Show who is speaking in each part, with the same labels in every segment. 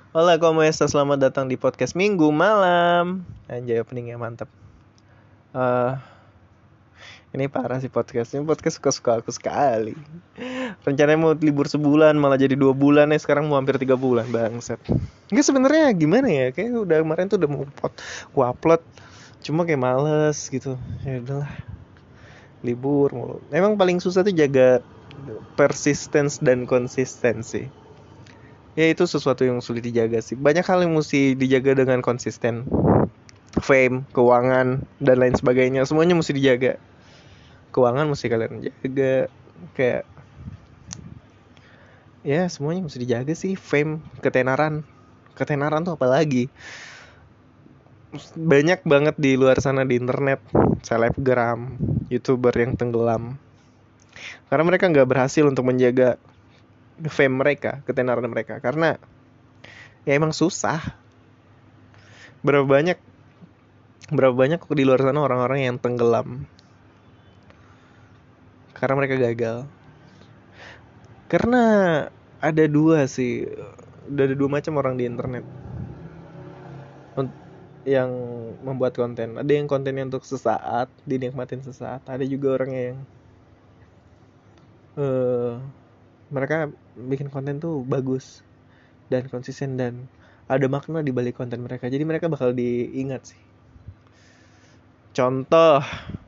Speaker 1: Hola, ¿cómo estás? Selamat datang di podcast Minggu Malam. Anjay, openingnya mantap. Eh, ini parah sih podcast. Ini podcast suka-suka aku sekali. Rencananya mau libur sebulan, malah jadi 2 bulan ya. Sekarang mau hampir 3 bulan, bangset. Enggak sebenarnya gimana ya? Kayak udah kemarin tuh udah mau gua upload. Cuma kayak males gitu. Ya udahlah, libur mulu. Emang paling susah tuh jaga persistence dan konsistensi. Ya itu sesuatu yang sulit dijaga sih. Banyak hal yang mesti dijaga dengan konsisten. Fame, keuangan, dan lain sebagainya. Semuanya mesti dijaga. Keuangan mesti kalian jaga. Kayak ya semuanya mesti dijaga sih. Fame, ketenaran. Ketenaran tuh apa lagi? Banyak banget di luar sana di internet selebgram, youtuber yang tenggelam karena mereka nggak berhasil untuk menjaga fame mereka, ketenaran mereka, karena ya emang susah. Berapa banyak di luar sana orang-orang yang tenggelam karena mereka gagal. Karena ada dua sih, ada dua macam orang di internet yang membuat konten. Ada yang kontennya untuk sesaat, dinikmatin sesaat. Ada juga orang yang mereka bikin konten tuh bagus dan konsisten dan ada makna di balik konten mereka. Jadi mereka bakal diingat sih. Contoh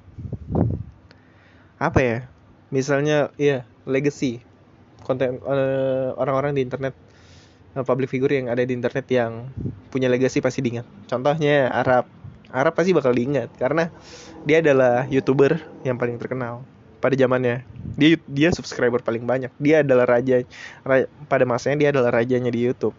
Speaker 1: apa ya? Misalnya ya legacy konten orang-orang di internet, public figure yang ada di internet yang punya legacy pasti diingat. Contohnya Arab pasti bakal diingat karena dia adalah YouTuber yang paling terkenal pada zamannya. Dia subscriber paling banyak. Dia adalah pada masanya dia adalah rajanya di YouTube.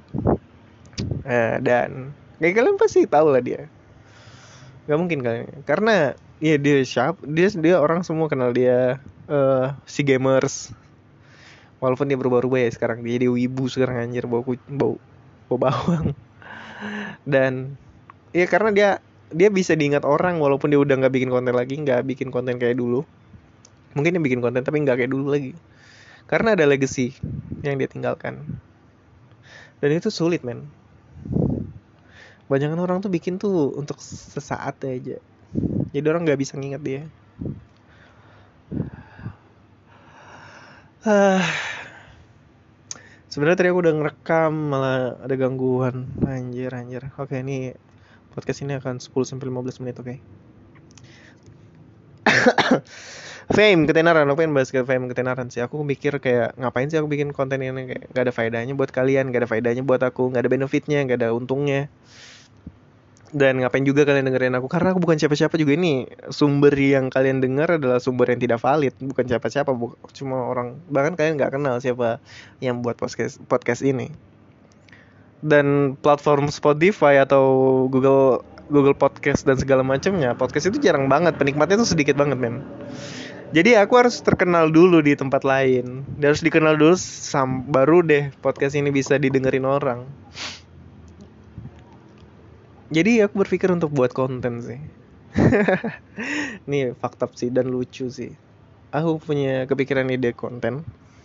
Speaker 1: Dan kayak kalian pasti tahu lah dia. Gak mungkin kalian, karena ya dia orang semua kenal dia, si gamers. Walaupun dia berubah-ubah ya sekarang, dia jadi wibu sekarang, anjir, bau bawang. Dan ya karena dia bisa diingat orang walaupun dia udah nggak bikin konten kayak dulu. Mungkin dia bikin konten tapi nggak kayak dulu lagi karena ada legacy yang dia tinggalkan. Dan itu sulit, men. Banyak orang tuh bikin tuh untuk sesaat aja, jadi orang nggak bisa nginget dia. Sebenarnya tadi aku udah ngerekam, malah ada gangguan. Anjir. Oke, ini podcast ini akan 10-15 menit, oke. Fame, ketenaran. Aku pengen bahas ke fame, ketenaran sih. Aku mikir kayak ngapain sih aku bikin konten ini, kayak gak ada faedahnya buat kalian, gak ada faedahnya buat aku, gak ada benefitnya, gak ada untungnya. Dan ngapain juga kalian dengerin aku, karena aku bukan siapa-siapa juga. Ini sumber yang kalian dengar adalah sumber yang tidak valid, bukan siapa-siapa, cuma orang, bahkan kalian gak kenal siapa yang buat podcast ini. Dan platform Spotify atau Google Podcast dan segala macamnya, podcast itu jarang banget, penikmatnya tuh sedikit banget, men. Jadi aku harus terkenal dulu di tempat lain, dia harus dikenal dulu, baru deh podcast ini bisa didengerin orang. Jadi aku berpikir untuk buat konten sih. Nih fakta sih dan lucu sih. Aku punya kepikiran ide konten.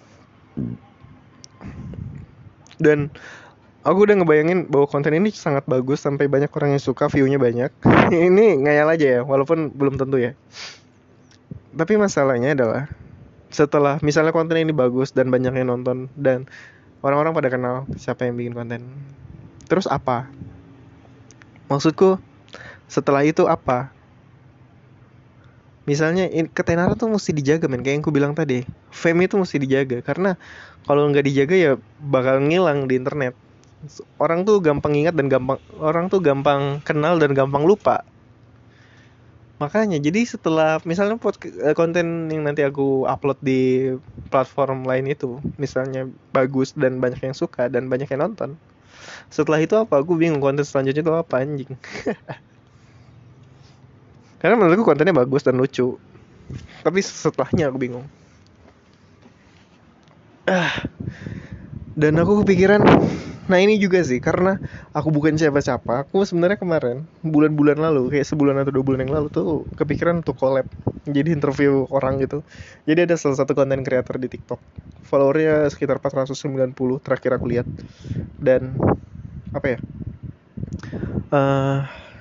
Speaker 1: Dan aku udah ngebayangin bahwa konten ini sangat bagus sampai banyak orang yang suka, view-nya banyak. Ini ngayal aja ya, walaupun belum tentu ya. Tapi masalahnya adalah setelah misalnya konten ini bagus dan banyak yang nonton dan orang-orang pada kenal siapa yang bikin konten, terus apa? Maksudku, setelah itu apa? Misalnya ketenaran tuh mesti dijaga, men. Kayak yang aku bilang tadi, fame itu mesti dijaga. Karena kalau nggak dijaga ya bakal ngilang di internet. Orang tuh gampang ingat dan orang tuh gampang kenal dan gampang lupa. Makanya jadi setelah misalnya konten yang nanti aku upload di platform lain itu misalnya bagus dan banyak yang suka dan banyak yang nonton, setelah itu apa? Aku bingung konten selanjutnya itu apa, anjing. Karena menurutku kontennya bagus dan lucu, tapi setelahnya aku bingung. Dan aku kepikiran, nah ini juga sih, karena aku bukan siapa-siapa. Aku sebenarnya kemarin, bulan-bulan lalu, kayak sebulan atau 2 bulan yang lalu tuh kepikiran untuk collab, jadi interview orang gitu. Jadi ada salah satu content creator di TikTok, followernya sekitar 490 terakhir aku lihat. Dan apa ya, eh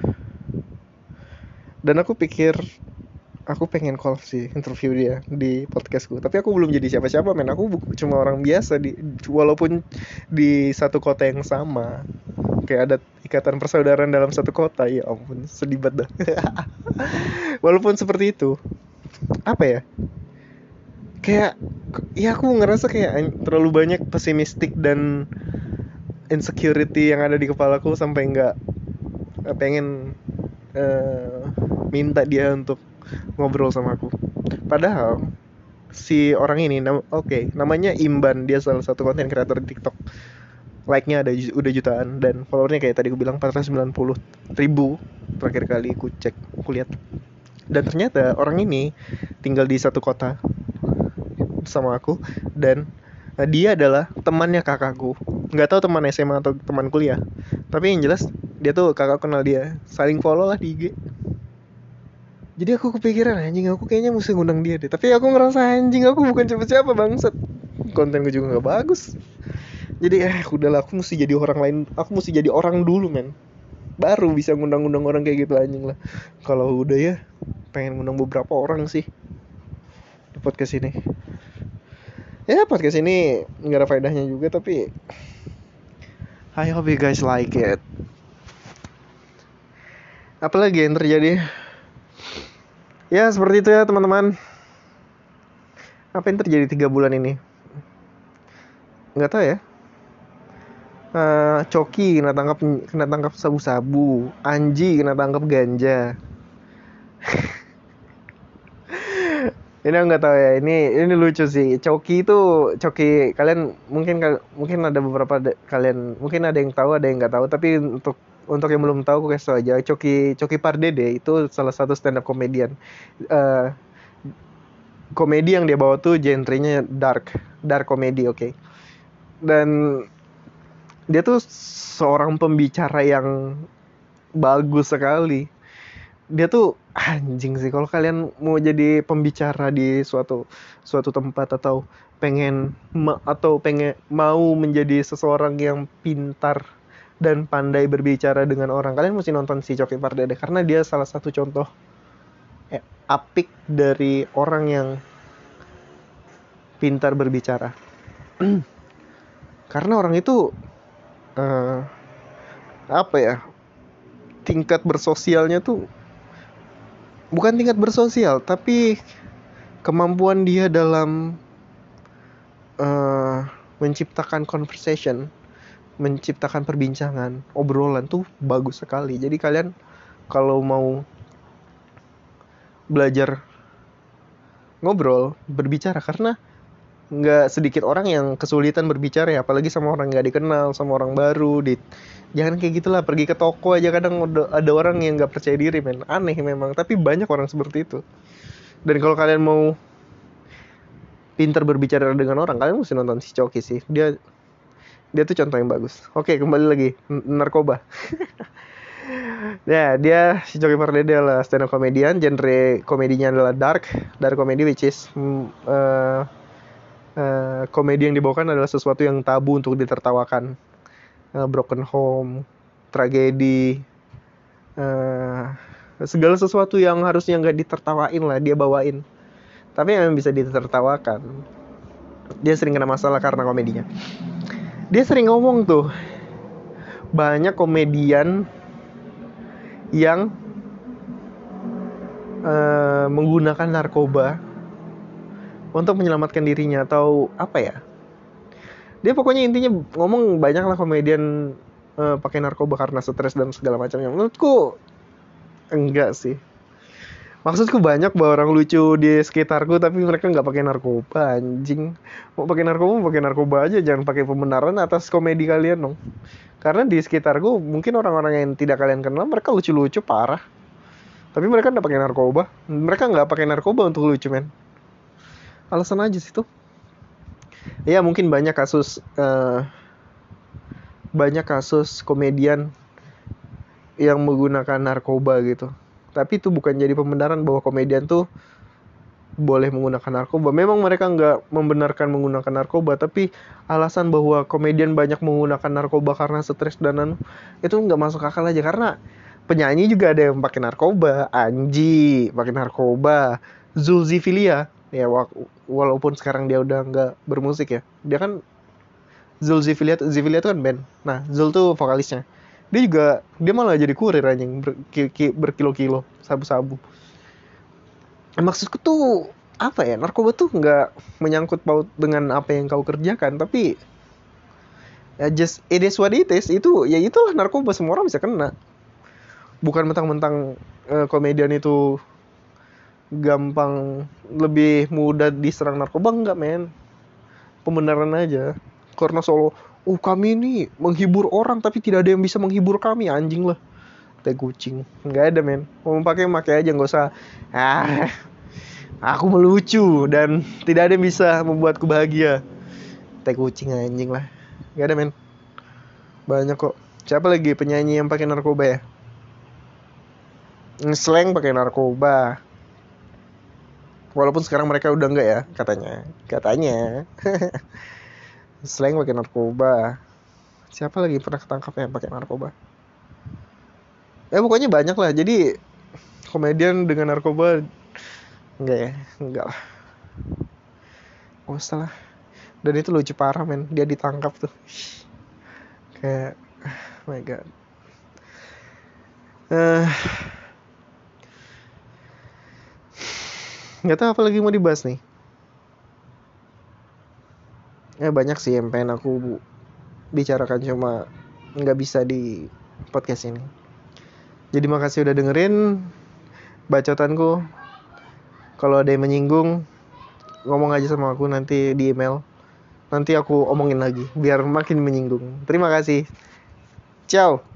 Speaker 1: dan aku pikir aku pengen call sih interview dia di podcastku, tapi aku belum jadi siapa-siapa men. Aku cuma orang biasa walaupun di satu kota yang sama, kayak ada ikatan persaudaraan dalam satu kota. Ya ampun, sedih banget dah. Walaupun seperti itu, apa ya, kayak ya aku ngerasa kayak terlalu banyak pesimistik dan insecurity yang ada di kepalaku sampai nggak pengen minta dia untuk ngobrol sama aku. Padahal si orang ini namanya Imban, dia salah satu konten kreator di TikTok. Like-nya udah jutaan dan followernya kayak tadi aku bilang 490.000 terakhir kali aku lihat. Dan ternyata orang ini tinggal di satu kota sama aku, dan dia adalah temannya kakakku. Nggak tahu teman SMA atau teman kuliah, tapi yang jelas dia tuh kakak kenal dia, saling follow lah di IG. Jadi aku kepikiran, anjing aku kayaknya mesti ngundang dia deh. Tapi aku ngerasa anjing aku bukan siapa-siapa bangsat. Kontenku juga gak bagus. Jadi udahlah, aku mesti jadi orang lain. Aku mesti jadi orang dulu men, baru bisa ngundang-ngundang orang kayak gitu anjing lah. Kalau udah ya pengen ngundang beberapa orang sih di podcast ini. Ya podcast ini gak ada faedahnya juga, tapi I hope you guys like it. Apalagi yang terjadi? Ya seperti itu ya teman-teman. Apa yang terjadi 3 bulan ini? Nggak tahu ya. Coki kena tangkap sabu-sabu. Anji kena tangkap ganja. Ini nggak tahu ya. Ini lucu sih. Coki kalian mungkin ada beberapa kalian mungkin ada yang tahu, ada yang nggak tahu. Tapi untuk yang belum tahu, aku kasih tau aja. Coki Pardede itu salah satu stand up comedian. Komedi yang dia bawa tuh genrenya dark comedy, oke. Dan dia tuh seorang pembicara yang bagus sekali. Dia tuh anjing sih, kalau kalian mau jadi pembicara di suatu tempat atau pengen mau menjadi seseorang yang pintar dan pandai berbicara dengan orang, kalian mesti nonton si Coki Pardede, karena dia salah satu contoh apik dari orang yang pintar berbicara. Karena orang itu apa ya, tingkat bersosialnya tuh bukan tingkat bersosial, tapi kemampuan dia dalam menciptakan conversation, menciptakan perbincangan, obrolan tuh bagus sekali. Jadi kalian kalau mau belajar ngobrol, berbicara, karena nggak sedikit orang yang kesulitan berbicara ya, apalagi sama orang nggak dikenal, sama orang baru. Jangan kayak gitulah, pergi ke toko aja kadang ada orang yang nggak percaya diri men, aneh memang, tapi banyak orang seperti itu. Dan kalau kalian mau pintar berbicara dengan orang, kalian mesti nonton si Coki sih. Dia tuh contoh yang bagus. Oke, kembali lagi narkoba. Ya, dia si Coki Pardede adalah stand up comedian. Genre komedinya adalah dark comedy, which is komedi yang dibawakan adalah sesuatu yang tabu untuk ditertawakan. Broken home, tragedi, segala sesuatu yang harusnya nggak ditertawain lah dia bawain, tapi yang bisa ditertawakan. Dia sering kena masalah karena komedinya. Dia sering ngomong tuh, banyak komedian yang menggunakan narkoba untuk menyelamatkan dirinya atau apa ya. Dia pokoknya intinya ngomong banyak lah komedian pakai narkoba karena stres dan segala macamnya. Menurutku enggak sih. Maksudku banyak bahwa orang lucu di sekitarku tapi mereka nggak pakai narkoba, anjing. Mau pakai narkoba aja, jangan pakai pembenaran atas komedi kalian dong. Karena di sekitarku mungkin orang-orang yang tidak kalian kenal, mereka lucu-lucu parah. Tapi mereka nggak pakai narkoba. Mereka nggak pakai narkoba untuk lucu men. Alasan aja sih tuh. Ya mungkin banyak kasus komedian yang menggunakan narkoba gitu. Tapi itu bukan jadi pembenaran bahwa komedian tuh boleh menggunakan narkoba. Memang mereka nggak membenarkan menggunakan narkoba, tapi alasan bahwa komedian banyak menggunakan narkoba karena stres dan itu nggak masuk akal aja. Karena penyanyi juga ada yang pakai narkoba, Anji pakai narkoba, Zulzifilia ya, walaupun sekarang dia udah nggak bermusik ya, dia kan Zulzifilia itu kan band. Nah, Zul tuh vokalisnya. Dia malah jadi kurir anjing, berkilo-kilo sabu-sabu. Maksudku tuh apa ya, narkoba tuh nggak menyangkut paut dengan apa yang kau kerjakan, tapi ya just it is what it is. Itu ya itulah narkoba, semua orang bisa kena. Bukan mentang-mentang komedian itu gampang, lebih mudah diserang narkoba, enggak men. Pembenaran aja. Karena solo kami ini menghibur orang tapi tidak ada yang bisa menghibur kami, anjing lah. Tai kucing. Enggak ada men. Mau pakai aja, nggak usah aku melucu dan tidak ada yang bisa membuatku bahagia. Tai kucing anjing lah. Enggak ada men. Banyak kok. Siapa lagi penyanyi yang pakai narkoba ya? Slang pakai narkoba. Walaupun sekarang mereka udah enggak ya, katanya. Slang pakai narkoba. Siapa lagi pernah ketangkap yang pakai narkoba? Pokoknya banyak lah. Jadi komedian dengan narkoba enggak lah. Oh salah. Dan itu lucu parah men, dia ditangkap tuh. Kayak oh my god. Nggak tahu apa lagi mau dibahas nih. Banyak sih yang pengen aku bicarakan, cuma nggak bisa di podcast ini. Jadi makasih udah dengerin bacotanku. Kalau ada yang menyinggung, ngomong aja sama aku nanti di email. Nanti aku omongin lagi biar makin menyinggung. Terima kasih. Ciao.